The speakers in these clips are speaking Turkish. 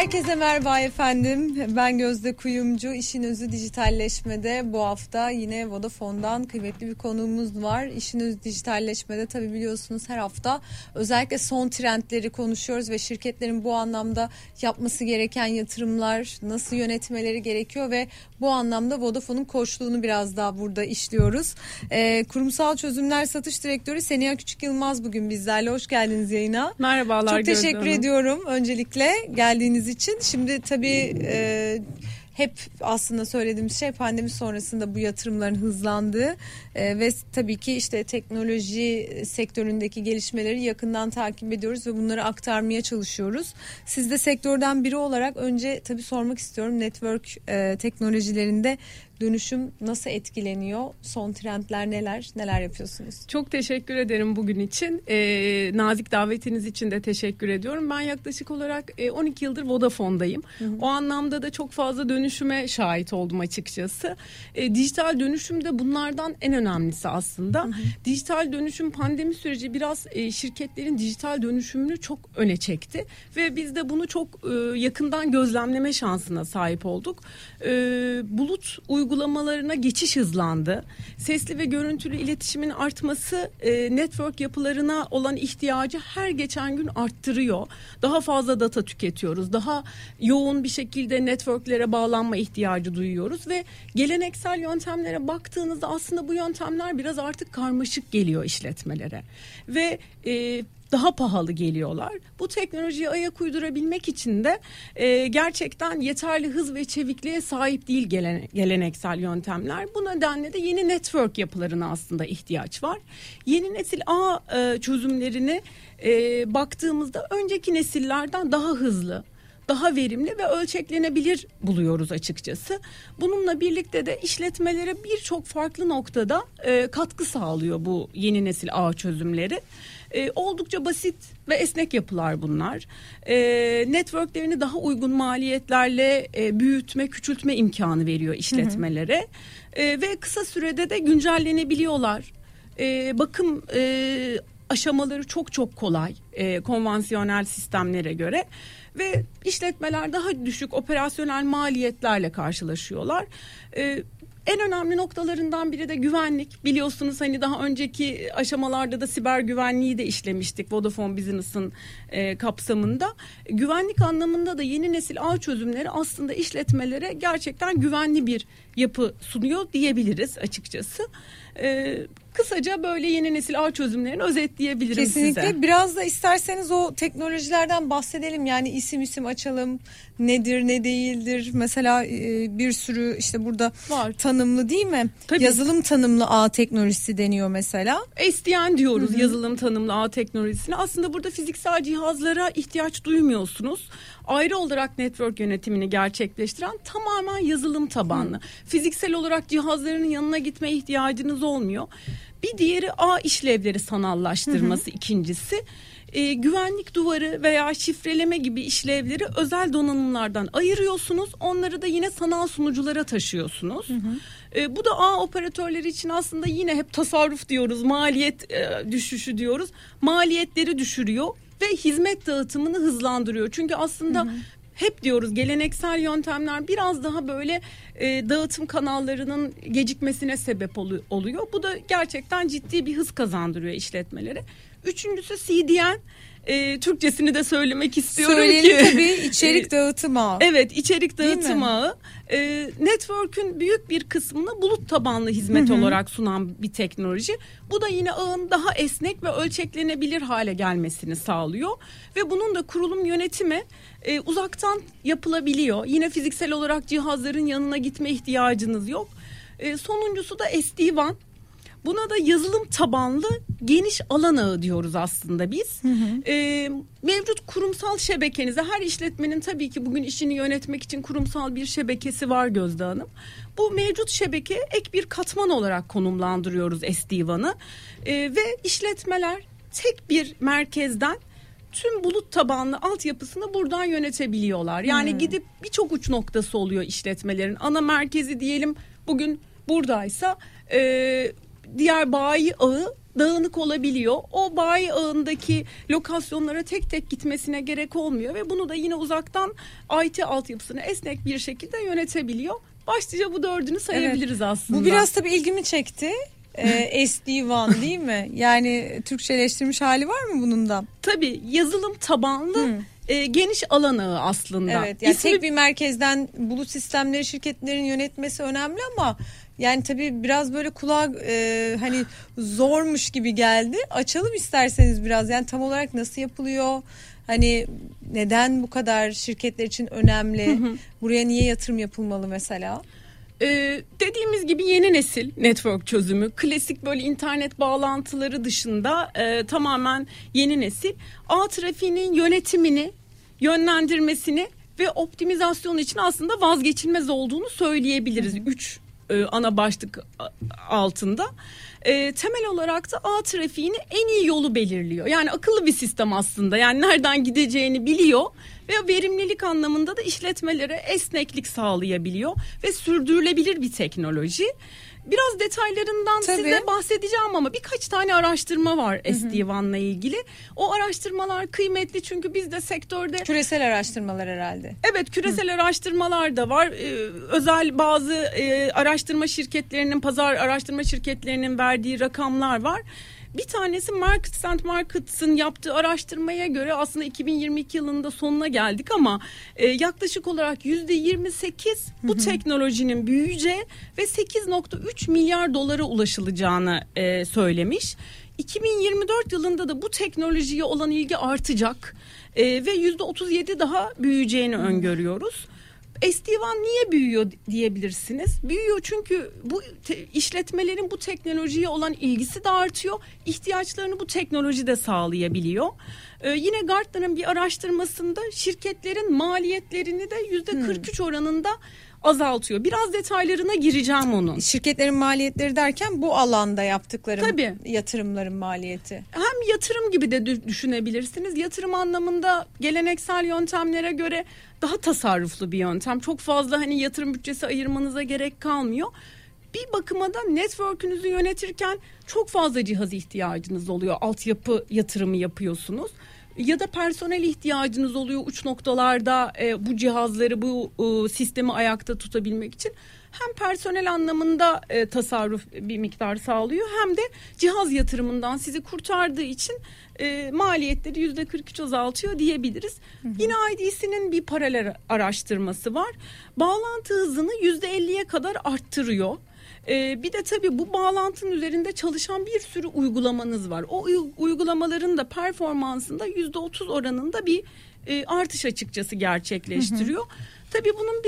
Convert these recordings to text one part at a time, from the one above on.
Herkese merhaba efendim. Ben Gözde Kuyumcu. İşin Özü Dijitalleşme'de bu hafta yine Vodafone'dan kıymetli bir konuğumuz var. İşin Özü Dijitalleşme'de tabii biliyorsunuz her hafta özellikle son trendleri konuşuyoruz ve şirketlerin bu anlamda yapması gereken yatırımlar, nasıl yönetmeleri gerekiyor ve bu anlamda Vodafone'un koçluğunu biraz daha burada işliyoruz. Kurumsal Çözümler Satış Direktörü Seniha Küçük Yılmaz bugün bizlerle. Hoş geldiniz yayına. Merhabalar Gözde Hanım. Çok teşekkür ediyorum öncelikle geldiğiniz için. Şimdi tabii hep aslında söylediğimiz şey pandemi sonrasında bu yatırımların hızlandığı ve tabii ki işte teknoloji sektöründeki gelişmeleri yakından takip ediyoruz ve bunları aktarmaya çalışıyoruz. Siz de sektörden biri olarak önce tabii sormak istiyorum, network teknolojilerinde dönüşüm nasıl etkileniyor? Son trendler neler yapıyorsunuz? Çok teşekkür ederim bugün için. Nazik davetiniz için de teşekkür ediyorum. Ben yaklaşık olarak 12 yıldır Vodafone'dayım. Hı hı. O anlamda da çok fazla dönüşüme şahit oldum açıkçası. Dijital dönüşüm de bunlardan en önemlisi aslında. Hı hı. Dijital dönüşüm pandemi süreci biraz şirketlerin dijital dönüşümünü çok öne çekti. Ve biz de bunu çok yakından gözlemleme şansına sahip olduk. Bulut uygulamalarına geçiş hızlandı. Sesli ve görüntülü iletişimin artması network yapılarına olan ihtiyacı her geçen gün arttırıyor. Daha fazla data tüketiyoruz. Daha yoğun bir şekilde networklere bağlanma ihtiyacı duyuyoruz ve geleneksel yöntemlere baktığınızda aslında bu yöntemler biraz artık karmaşık geliyor işletmelere ve daha pahalı geliyorlar. Bu teknolojiye ayak uydurabilmek için de gerçekten yeterli hız ve çevikliğe sahip değil geleneksel yöntemler. Bu nedenle de yeni network yapılarına aslında ihtiyaç var. Yeni nesil ağ çözümlerini baktığımızda önceki nesillerden daha hızlı, daha verimli ve ölçeklenebilir buluyoruz açıkçası. Bununla birlikte de işletmelere birçok farklı noktada katkı sağlıyor bu yeni nesil ağ çözümleri. Oldukça basit ve esnek yapılar bunlar. Networklerini daha uygun maliyetlerle büyütme, küçültme imkanı veriyor işletmelere. Ve kısa sürede de güncellenebiliyorlar. Bakım aşamaları çok kolay konvansiyonel sistemlere göre. Ve işletmeler daha düşük operasyonel maliyetlerle karşılaşıyorlar. En önemli noktalarından biri de güvenlik. Biliyorsunuz hani daha önceki aşamalarda da siber güvenliği de işlemiştik Vodafone Business'ın kapsamında. Güvenlik anlamında da yeni nesil ağ çözümleri aslında işletmelere gerçekten güvenli bir yapı sunuyor diyebiliriz açıkçası. Kısaca böyle yeni nesil ağ çözümlerini özetleyebilirim size. Kesinlikle. Biraz da isterseniz o teknolojilerden bahsedelim. Yani isim açalım. Nedir, ne değildir? Mesela bir sürü işte burada var. Tanımlı değil mi? Tabii. Yazılım tanımlı ağ teknolojisi deniyor mesela. SDN diyoruz. Hı-hı. Yazılım tanımlı ağ teknolojisine. Aslında burada fiziksel cihazlara ihtiyaç duymuyorsunuz. Ayrı olarak network yönetimini gerçekleştiren tamamen yazılım tabanlı. Fiziksel olarak cihazların yanına gitme ihtiyacınız olmuyor. Bir diğeri ağ işlevleri sanallaştırması. İkincisi güvenlik duvarı veya şifreleme gibi işlevleri özel donanımlardan ayırıyorsunuz. Onları da yine sanal sunuculara taşıyorsunuz. Bu da ağ operatörleri için aslında yine hep tasarruf diyoruz, maliyet düşüşü diyoruz. Maliyetleri düşürüyor ve hizmet dağıtımını hızlandırıyor. Çünkü aslında hep diyoruz geleneksel yöntemler biraz daha böyle dağıtım kanallarının gecikmesine sebep oluyor. Bu da gerçekten ciddi bir hız kazandırıyor işletmelere. Üçüncüsü CDN. Türkçesini de söylemek istiyorum. Söyleyelim tabii, içerik dağıtım ağı. Evet, içerik dağıtım ağı. Network'ün büyük bir kısmını bulut tabanlı hizmet olarak sunan bir teknoloji. Bu da yine ağın daha esnek ve ölçeklenebilir hale gelmesini sağlıyor. Ve bunun da kurulum yönetimi uzaktan yapılabiliyor. Yine fiziksel olarak cihazların yanına gitme ihtiyacınız yok. Sonuncusu da SD-WAN. Buna da yazılım tabanlı geniş alan ağı diyoruz aslında biz. Mevcut kurumsal şebekenize, her işletmenin tabii ki bugün işini yönetmek için kurumsal bir şebekesi var Gözde Hanım. Bu mevcut şebeke ek bir katman olarak konumlandırıyoruz SD-WAN'ı. Ve işletmeler tek bir merkezden tüm bulut tabanlı altyapısını buradan yönetebiliyorlar. Yani gidip birçok uç noktası oluyor işletmelerin. Ana merkezi diyelim bugün buradaysa diğer bayi ağı dağınık olabiliyor. O bayi ağındaki lokasyonlara tek tek gitmesine gerek olmuyor ve bunu da yine uzaktan IT altyapısını esnek bir şekilde yönetebiliyor. Başlıca bu dördünü sayabiliriz aslında. Bu biraz tabii ilgimi çekti. SD-WAN değil mi? Yani Türkçeleştirilmiş hali var mı bunun da? Tabii yazılım tabanlı geniş alan ağı aslında. Evet, yani tek bir merkezden bulut sistemleri şirketlerin yönetmesi önemli ama yani tabii biraz böyle kulağa hani zormuş gibi geldi. Açalım isterseniz biraz, yani tam olarak nasıl yapılıyor? Hani neden bu kadar şirketler için önemli? Buraya niye yatırım yapılmalı mesela? Dediğimiz gibi yeni nesil network çözümü, klasik böyle internet bağlantıları dışında tamamen yeni nesil ağ trafiğinin yönetimini, yönlendirmesini ve optimizasyonu için aslında vazgeçilmez olduğunu söyleyebiliriz. 3 ana başlık altında. Temel olarak da ağ trafiğini en iyi yolu belirliyor. Yani akıllı bir sistem aslında. Yani nereden gideceğini biliyor ve verimlilik anlamında da işletmelere esneklik sağlayabiliyor ve sürdürülebilir bir teknoloji. Biraz detaylarından size bahsedeceğim ama birkaç tane araştırma var SD-WAN'la ilgili. O araştırmalar kıymetli çünkü biz de sektörde... Küresel araştırmalar herhalde. Evet, küresel araştırmalar da var. Özel bazı araştırma şirketlerinin, pazar araştırma şirketlerinin verdiği rakamlar var. Bir tanesi Markets and Markets'ın yaptığı araştırmaya göre aslında 2022 yılında sonuna geldik ama yaklaşık olarak %28 bu teknolojinin büyüyeceği ve 8.3 milyar dolara ulaşılacağını söylemiş. 2024 yılında da bu teknolojiye olan ilgi artacak ve %37 daha büyüyeceğini öngörüyoruz. SD-WAN niye büyüyor diyebilirsiniz. Büyüyor çünkü bu işletmelerin bu teknolojiye olan ilgisi de artıyor. İhtiyaçlarını bu teknoloji de sağlayabiliyor. Yine Gartner'ın bir araştırmasında şirketlerin maliyetlerini de %43 oranında azaltıyor. Biraz detaylarına gireceğim onun. Şirketlerin maliyetleri derken bu alanda yaptıkları yatırımların maliyeti. Hem yatırım gibi de düşünebilirsiniz. Yatırım anlamında geleneksel yöntemlere göre daha tasarruflu bir yöntem. Çok fazla hani yatırım bütçesi ayırmanıza gerek kalmıyor. Bir bakıma da network'ünüzü yönetirken çok fazla cihaz ihtiyacınız oluyor. Altyapı yatırımı yapıyorsunuz. Ya da personel ihtiyacınız oluyor uç noktalarda bu cihazları, bu sistemi ayakta tutabilmek için. Hem personel anlamında tasarruf bir miktar sağlıyor hem de cihaz yatırımından sizi kurtardığı için maliyetleri %43 azaltıyor diyebiliriz. Yine IDC'nin bir paralel araştırması var. Bağlantı hızını %50'ye kadar arttırıyor. Bir de tabii bu bağlantının üzerinde çalışan bir sürü uygulamanız var. O uygulamaların da performansında %30 oranında bir artış açıkçası gerçekleştiriyor. Tabii bunun bir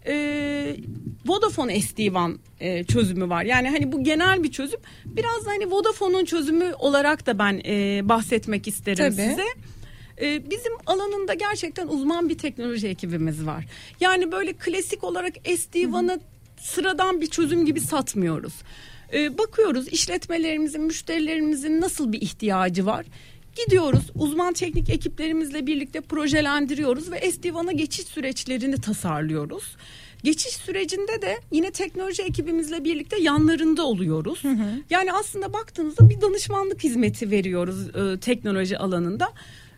de Vodafone SD-WAN çözümü var. Yani hani bu genel bir çözüm. Biraz da hani Vodafone'un çözümü olarak da ben bahsetmek isterim size. Bizim alanında gerçekten uzman bir teknoloji ekibimiz var. Yani böyle klasik olarak SD-WAN'ı sıradan bir çözüm gibi satmıyoruz. Bakıyoruz işletmelerimizin, müşterilerimizin nasıl bir ihtiyacı var. Gidiyoruz uzman teknik ekiplerimizle birlikte projelendiriyoruz ve SD-WAN'a geçiş süreçlerini tasarlıyoruz. Geçiş sürecinde de yine teknoloji ekibimizle birlikte yanlarında oluyoruz. Yani aslında baktığınızda bir danışmanlık hizmeti veriyoruz teknoloji alanında.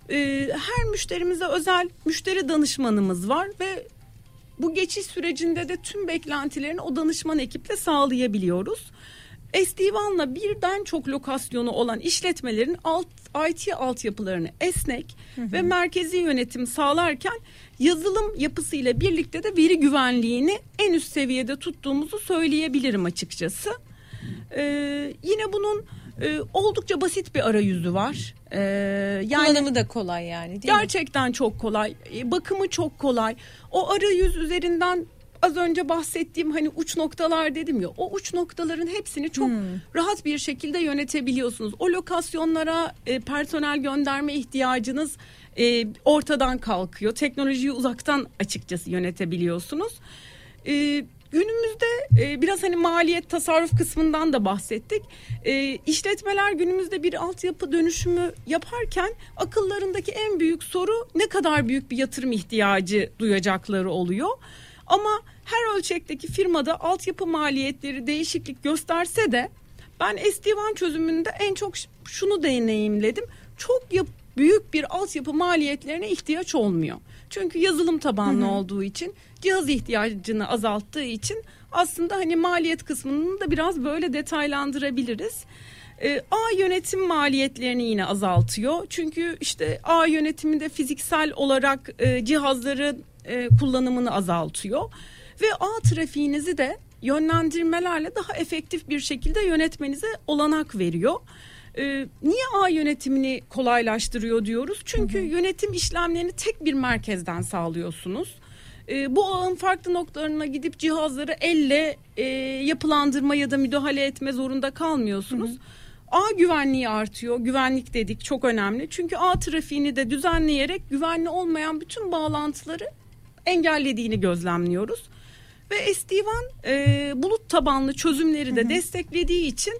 Her müşterimize özel müşteri danışmanımız var ve bu geçiş sürecinde de tüm beklentilerini o danışman ekiple sağlayabiliyoruz. SD-WAN'la birden çok lokasyonu olan işletmelerin IT altyapılarını esnek ve merkezi yönetim sağlarken yazılım yapısıyla birlikte de veri güvenliğini en üst seviyede tuttuğumuzu söyleyebilirim açıkçası. Yine bunun oldukça basit bir arayüzü var. Yani kullanımı da kolay yani değil gerçekten mi? Çok kolay. Bakımı çok kolay. O arayüz üzerinden az önce bahsettiğim hani uç noktalar dedim ya, o uç noktaların hepsini çok rahat bir şekilde yönetebiliyorsunuz. O lokasyonlara personel gönderme ihtiyacınız ortadan kalkıyor. Teknolojiyi uzaktan açıkçası yönetebiliyorsunuz. Günümüzde biraz hani maliyet tasarruf kısmından da bahsettik. İşletmeler günümüzde bir altyapı dönüşümü yaparken akıllarındaki en büyük soru ne kadar büyük bir yatırım ihtiyacı duyacakları oluyor. Ama her ölçekteki firmada altyapı maliyetleri değişiklik gösterse de Ben SD-WAN çözümünde en çok şunu deneyimledim. Çok büyük bir altyapı maliyetlerine ihtiyaç olmuyor. Çünkü yazılım tabanlı olduğu için, cihaz ihtiyacını azalttığı için aslında hani maliyet kısmını da biraz böyle detaylandırabiliriz. Ağ yönetim maliyetlerini yine azaltıyor. Çünkü işte ağ yönetiminde fiziksel olarak cihazların kullanımını azaltıyor. Ve ağ trafiğinizi de yönlendirmelerle daha efektif bir şekilde yönetmenize olanak veriyor. Niye ağ yönetimini kolaylaştırıyor diyoruz? Çünkü yönetim işlemlerini tek bir merkezden sağlıyorsunuz. Bu ağın farklı noktalarına gidip cihazları elle yapılandırma ya da müdahale etme zorunda kalmıyorsunuz. Ağ güvenliği artıyor. Güvenlik dedik, çok önemli. Çünkü ağ trafiğini de düzenleyerek güvenli olmayan bütün bağlantıları engellediğini gözlemliyoruz. Ve SD-WAN bulut tabanlı çözümleri de desteklediği için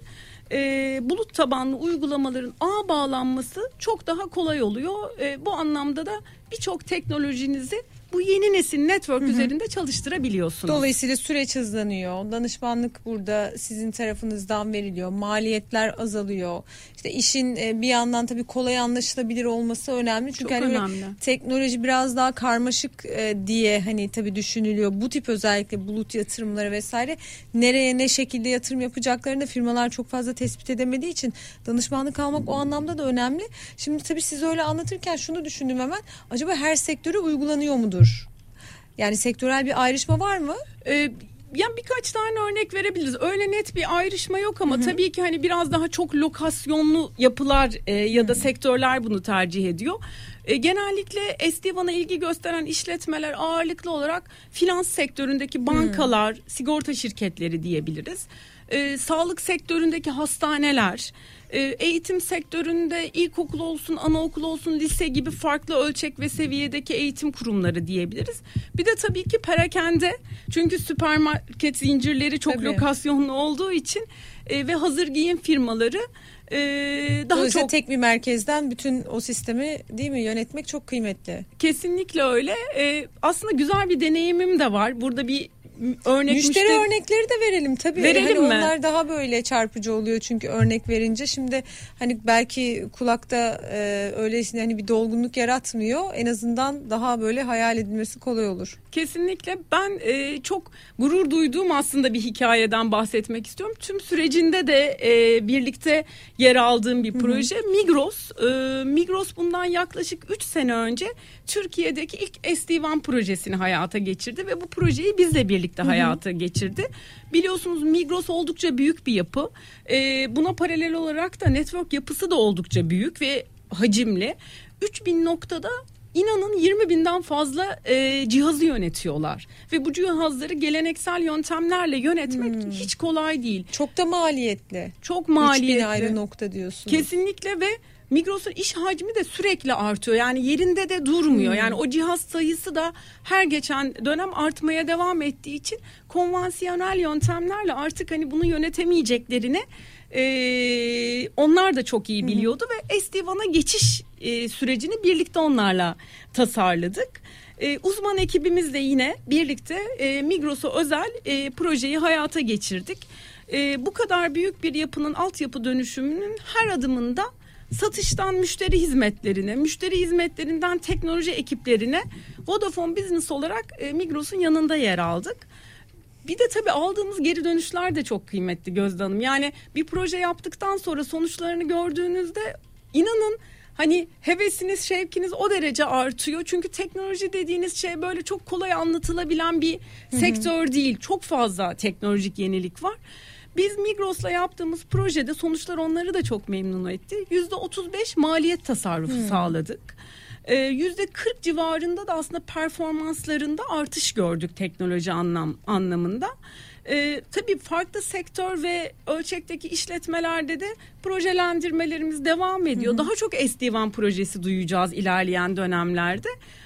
bulut tabanlı uygulamaların ağ bağlanması çok daha kolay oluyor. Bu anlamda da birçok teknolojinizi bu yeni nesil network üzerinde çalıştırabiliyorsunuz. Dolayısıyla süreç hızlanıyor. Danışmanlık burada sizin tarafınızdan veriliyor. Maliyetler azalıyor. İşte işin bir yandan tabii kolay anlaşılabilir olması önemli. Çünkü çok hani önemli. Teknoloji biraz daha karmaşık diye hani tabii düşünülüyor. Bu tip özellikle bulut yatırımları vesaire nereye ne şekilde yatırım yapacaklarını da firmalar çok fazla tespit edemediği için danışmanlık almak o anlamda da önemli. Şimdi tabii siz öyle anlatırken şunu düşündüm hemen. Acaba her sektöre uygulanıyor mudur? Yani sektörel bir ayrışma var mı? Yani birkaç tane örnek verebiliriz. Öyle net bir ayrışma yok ama tabii ki hani biraz daha çok lokasyonlu yapılar ya da sektörler bunu tercih ediyor. Genellikle SD-WAN'a ilgi gösteren işletmeler ağırlıklı olarak finans sektöründeki bankalar, sigorta şirketleri diyebiliriz. Sağlık sektöründeki hastaneler, eğitim sektöründe ilkokul olsun, anaokul olsun, lise gibi farklı ölçek ve seviyedeki eğitim kurumları diyebiliriz. Bir de tabii ki perakende. Çünkü süpermarket zincirleri çok lokasyonlu olduğu için ve hazır giyim firmaları daha çok tek bir merkezden bütün o sistemi değil mi yönetmek çok kıymetli. Kesinlikle öyle. Aslında güzel bir deneyimim de var. Burada bir müşteri örnekleri de verelim tabii. Verelim mi? Onlar daha böyle çarpıcı oluyor çünkü örnek verince. Şimdi hani belki kulakta öylesine hani bir dolgunluk yaratmıyor. En azından daha böyle hayal edilmesi kolay olur. Kesinlikle. Ben çok gurur duyduğum aslında bir hikayeden bahsetmek istiyorum. Tüm sürecinde de birlikte yer aldığım bir proje. Migros bundan yaklaşık 3 sene önce Türkiye'deki ilk SD-WAN projesini hayata geçirdi ve bu projeyi bizle birlikte hayata geçirdi. Biliyorsunuz Migros oldukça büyük bir yapı. Buna paralel olarak da network yapısı da oldukça büyük ve hacimli. 3000 noktada İnanın 20.000'den fazla cihazı yönetiyorlar. Ve bu cihazları geleneksel yöntemlerle yönetmek hiç kolay değil. Çok da maliyetli. Çok maliyetli. 3000 ayrı nokta diyorsunuz. Kesinlikle ve Migros'un iş hacmi de sürekli artıyor. Yani yerinde de durmuyor. Yani o cihaz sayısı da her geçen dönem artmaya devam ettiği için konvansiyonel yöntemlerle artık hani bunu yönetemeyeceklerini onlar da çok iyi biliyordu ve SD-WAN'a geçiş sürecini birlikte onlarla tasarladık. Uzman ekibimizle yine birlikte Migros'a özel projeyi hayata geçirdik. Bu kadar büyük bir yapının altyapı dönüşümünün her adımında satıştan müşteri hizmetlerine, müşteri hizmetlerinden teknoloji ekiplerine Vodafone Business olarak Migros'un yanında yer aldık. Bir de tabii aldığımız geri dönüşler de çok kıymetli Gözde Hanım. Yani bir proje yaptıktan sonra sonuçlarını gördüğünüzde inanın hani hevesiniz, şevkiniz o derece artıyor. Çünkü teknoloji dediğiniz şey böyle çok kolay anlatılabilen bir sektör değil. Çok fazla teknolojik yenilik var. Biz Migros'la yaptığımız projede sonuçlar onları da çok memnun etti. %35 maliyet tasarrufu sağladık. %40 civarında da aslında performanslarında artış gördük teknoloji anlamında. Tabii farklı sektör ve ölçekteki işletmelerde de projelendirmelerimiz devam ediyor. Daha çok SD-WAN projesi duyacağız ilerleyen dönemlerde.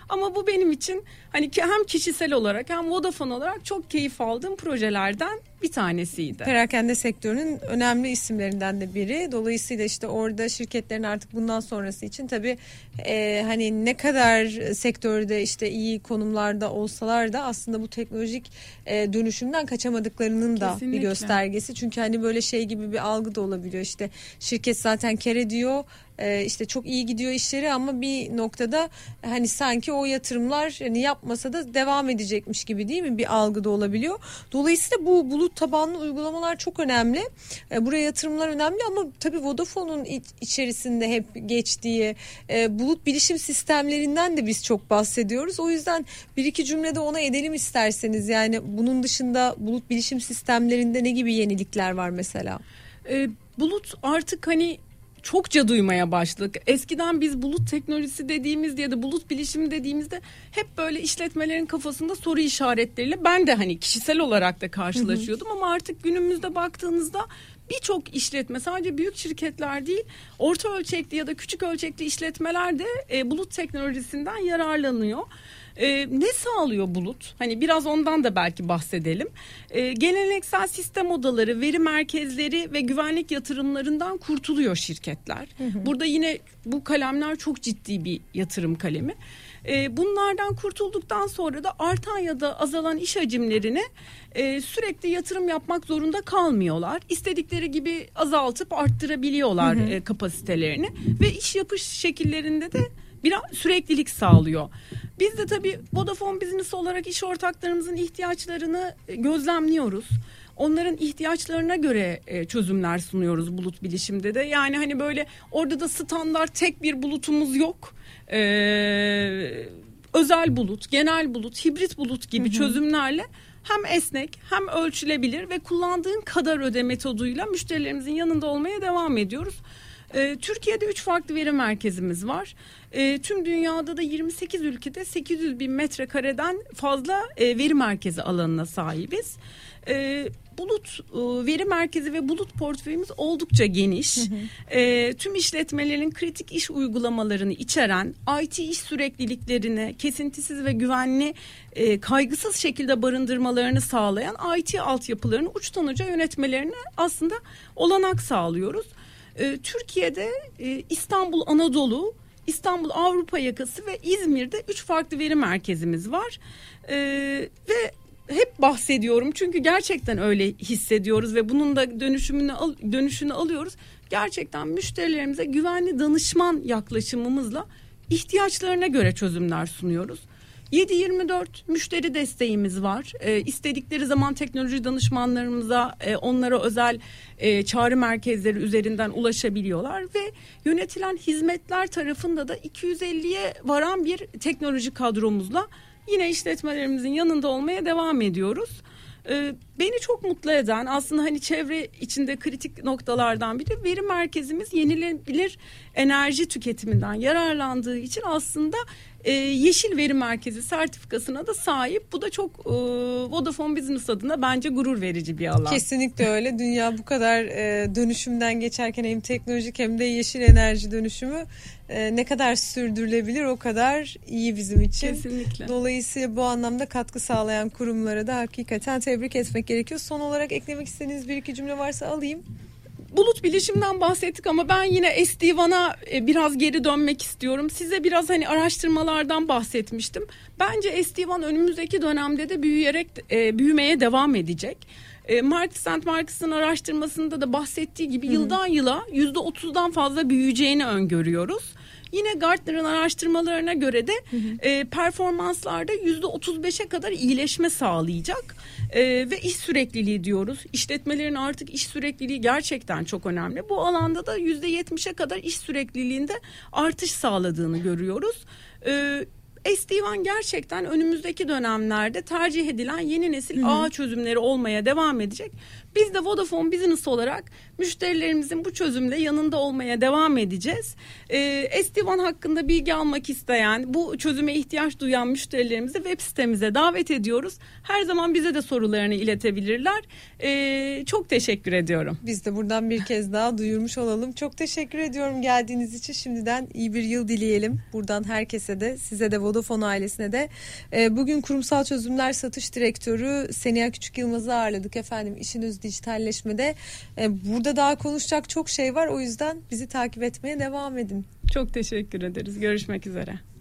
Ama bu benim için hani hem kişisel olarak hem Vodafone olarak çok keyif aldığım projelerden bir tanesiydi. Perakende sektörünün önemli isimlerinden de biri. Dolayısıyla işte orada şirketlerin artık bundan sonrası için tabii hani ne kadar sektörde işte iyi konumlarda olsalar da aslında bu teknolojik dönüşümden kaçamadıklarının da Kesinlikle bir göstergesi. Çünkü hani böyle şey gibi bir algı da olabiliyor. İşte şirket zaten kar ediyor. İşte çok iyi gidiyor işleri ama bir noktada hani sanki o yatırımlar hani yapmasa da devam edecekmiş gibi, değil mi? Bir algı da olabiliyor. Dolayısıyla bu bulut tabanlı uygulamalar çok önemli. Buraya yatırımlar önemli ama tabii Vodafone'un içerisinde hep geçtiği bulut bilişim sistemlerinden de biz çok bahsediyoruz. O yüzden bir iki cümlede ona edelim isterseniz. Yani bunun dışında bulut bilişim sistemlerinde ne gibi yenilikler var mesela? Bulut artık hani çokça duymaya başladık. Eskiden biz bulut teknolojisi dediğimizde ya da bulut bilişimi dediğimizde hep böyle işletmelerin kafasında soru işaretleriyle ben de hani kişisel olarak da karşılaşıyordum. Ama artık günümüzde baktığınızda birçok işletme, sadece büyük şirketler değil, orta ölçekli ya da küçük ölçekli işletmeler de bulut teknolojisinden yararlanıyor. Ne sağlıyor bulut? Hani biraz ondan da belki bahsedelim. Geleneksel sistem odaları, veri merkezleri ve güvenlik yatırımlarından kurtuluyor şirketler. Burada yine bu kalemler çok ciddi bir yatırım kalemi. Bunlardan kurtulduktan sonra da artan ya da azalan iş hacimlerine sürekli yatırım yapmak zorunda kalmıyorlar. İstedikleri gibi azaltıp arttırabiliyorlar kapasitelerini ve iş yapış şekillerinde de biraz süreklilik sağlıyor. Biz de tabii Vodafone Business olarak iş ortaklarımızın ihtiyaçlarını gözlemliyoruz. Onların ihtiyaçlarına göre çözümler sunuyoruz bulut bilişimde de. Yani hani böyle orada da standart tek bir bulutumuz yok. Özel bulut, genel bulut, hibrit bulut gibi çözümlerle hem esnek hem ölçülebilir ve kullandığın kadar öde metoduyla müşterilerimizin yanında olmaya devam ediyoruz. Türkiye'de 3 farklı veri merkezimiz var. Tüm dünyada da 28 ülkede 800 bin metrekareden fazla veri merkezi alanına sahibiz. Bulut veri merkezi ve bulut portföyümüz oldukça geniş. Tüm işletmelerin kritik iş uygulamalarını içeren, IT iş sürekliliklerini kesintisiz ve güvenli, kaygısız şekilde barındırmalarını sağlayan IT altyapılarını uçtan uca yönetmelerine aslında olanak sağlıyoruz. Türkiye'de İstanbul Anadolu, İstanbul Avrupa yakası ve İzmir'de 3 farklı veri merkezimiz var. Ve hep bahsediyorum çünkü gerçekten öyle hissediyoruz ve bunun da dönüşünü alıyoruz. Gerçekten müşterilerimize güvenli danışman yaklaşımımızla ihtiyaçlarına göre çözümler sunuyoruz. 7/24 müşteri desteğimiz var. İstedikleri zaman teknoloji danışmanlarımıza, onlara özel çağrı merkezleri üzerinden ulaşabiliyorlar ve yönetilen hizmetler tarafında da 250'ye varan bir teknoloji kadromuzla yine işletmelerimizin yanında olmaya devam ediyoruz. Beni çok mutlu eden aslında hani çevre içinde kritik noktalardan biri veri merkezimiz yenilenebilir enerji tüketiminden yararlandığı için aslında yeşil veri merkezi sertifikasına da sahip. Bu da çok Vodafone Business adına bence gurur verici bir alan. Kesinlikle öyle. Dünya bu kadar dönüşümden geçerken hem teknolojik hem de yeşil enerji dönüşümü ne kadar sürdürülebilir o kadar iyi bizim için. Kesinlikle. Dolayısıyla bu anlamda katkı sağlayan kurumlara da hakikaten tebrik etmek gerekiyor. Son olarak eklemek istediğiniz bir iki cümle varsa alayım. Bulut bilişimden bahsettik ama ben yine SD-WAN'a biraz geri dönmek istiyorum. Size biraz hani araştırmalardan bahsetmiştim. Bence SD-WAN önümüzdeki dönemde de büyümeye devam edecek. Marks & Markers'ın araştırmasında da bahsettiği gibi yıldan yıla %30'dan fazla büyüyeceğini öngörüyoruz. Yine Gartner'ın araştırmalarına göre de performanslarda %35'e kadar iyileşme sağlayacak ve iş sürekliliği diyoruz. İşletmelerin artık iş sürekliliği gerçekten çok önemli. Bu alanda da %70'e kadar iş sürekliliğinde artış sağladığını görüyoruz. SD-WAN gerçekten önümüzdeki dönemlerde tercih edilen yeni nesil ağ çözümleri olmaya devam edecek. Biz de Vodafone Business olarak müşterilerimizin bu çözümle yanında olmaya devam edeceğiz. SD-WAN hakkında bilgi almak isteyen, bu çözüme ihtiyaç duyan müşterilerimizi web sitemize davet ediyoruz. Her zaman bize de sorularını iletebilirler. Çok teşekkür ediyorum. Biz de buradan bir kez daha duyurmuş olalım. Çok teşekkür ediyorum geldiğiniz için. Şimdiden iyi bir yıl dileyelim. Buradan herkese de, size de Vodafone Vodafone ailesine de. Bugün Kurumsal Çözümler Satış Direktörü Seniha Küçük Yılmaz'ı ağırladık efendim İşin Özü Dijitalleşme'de. Burada daha konuşacak çok şey var, o yüzden bizi takip etmeye devam edin. Çok teşekkür ederiz. Görüşmek üzere.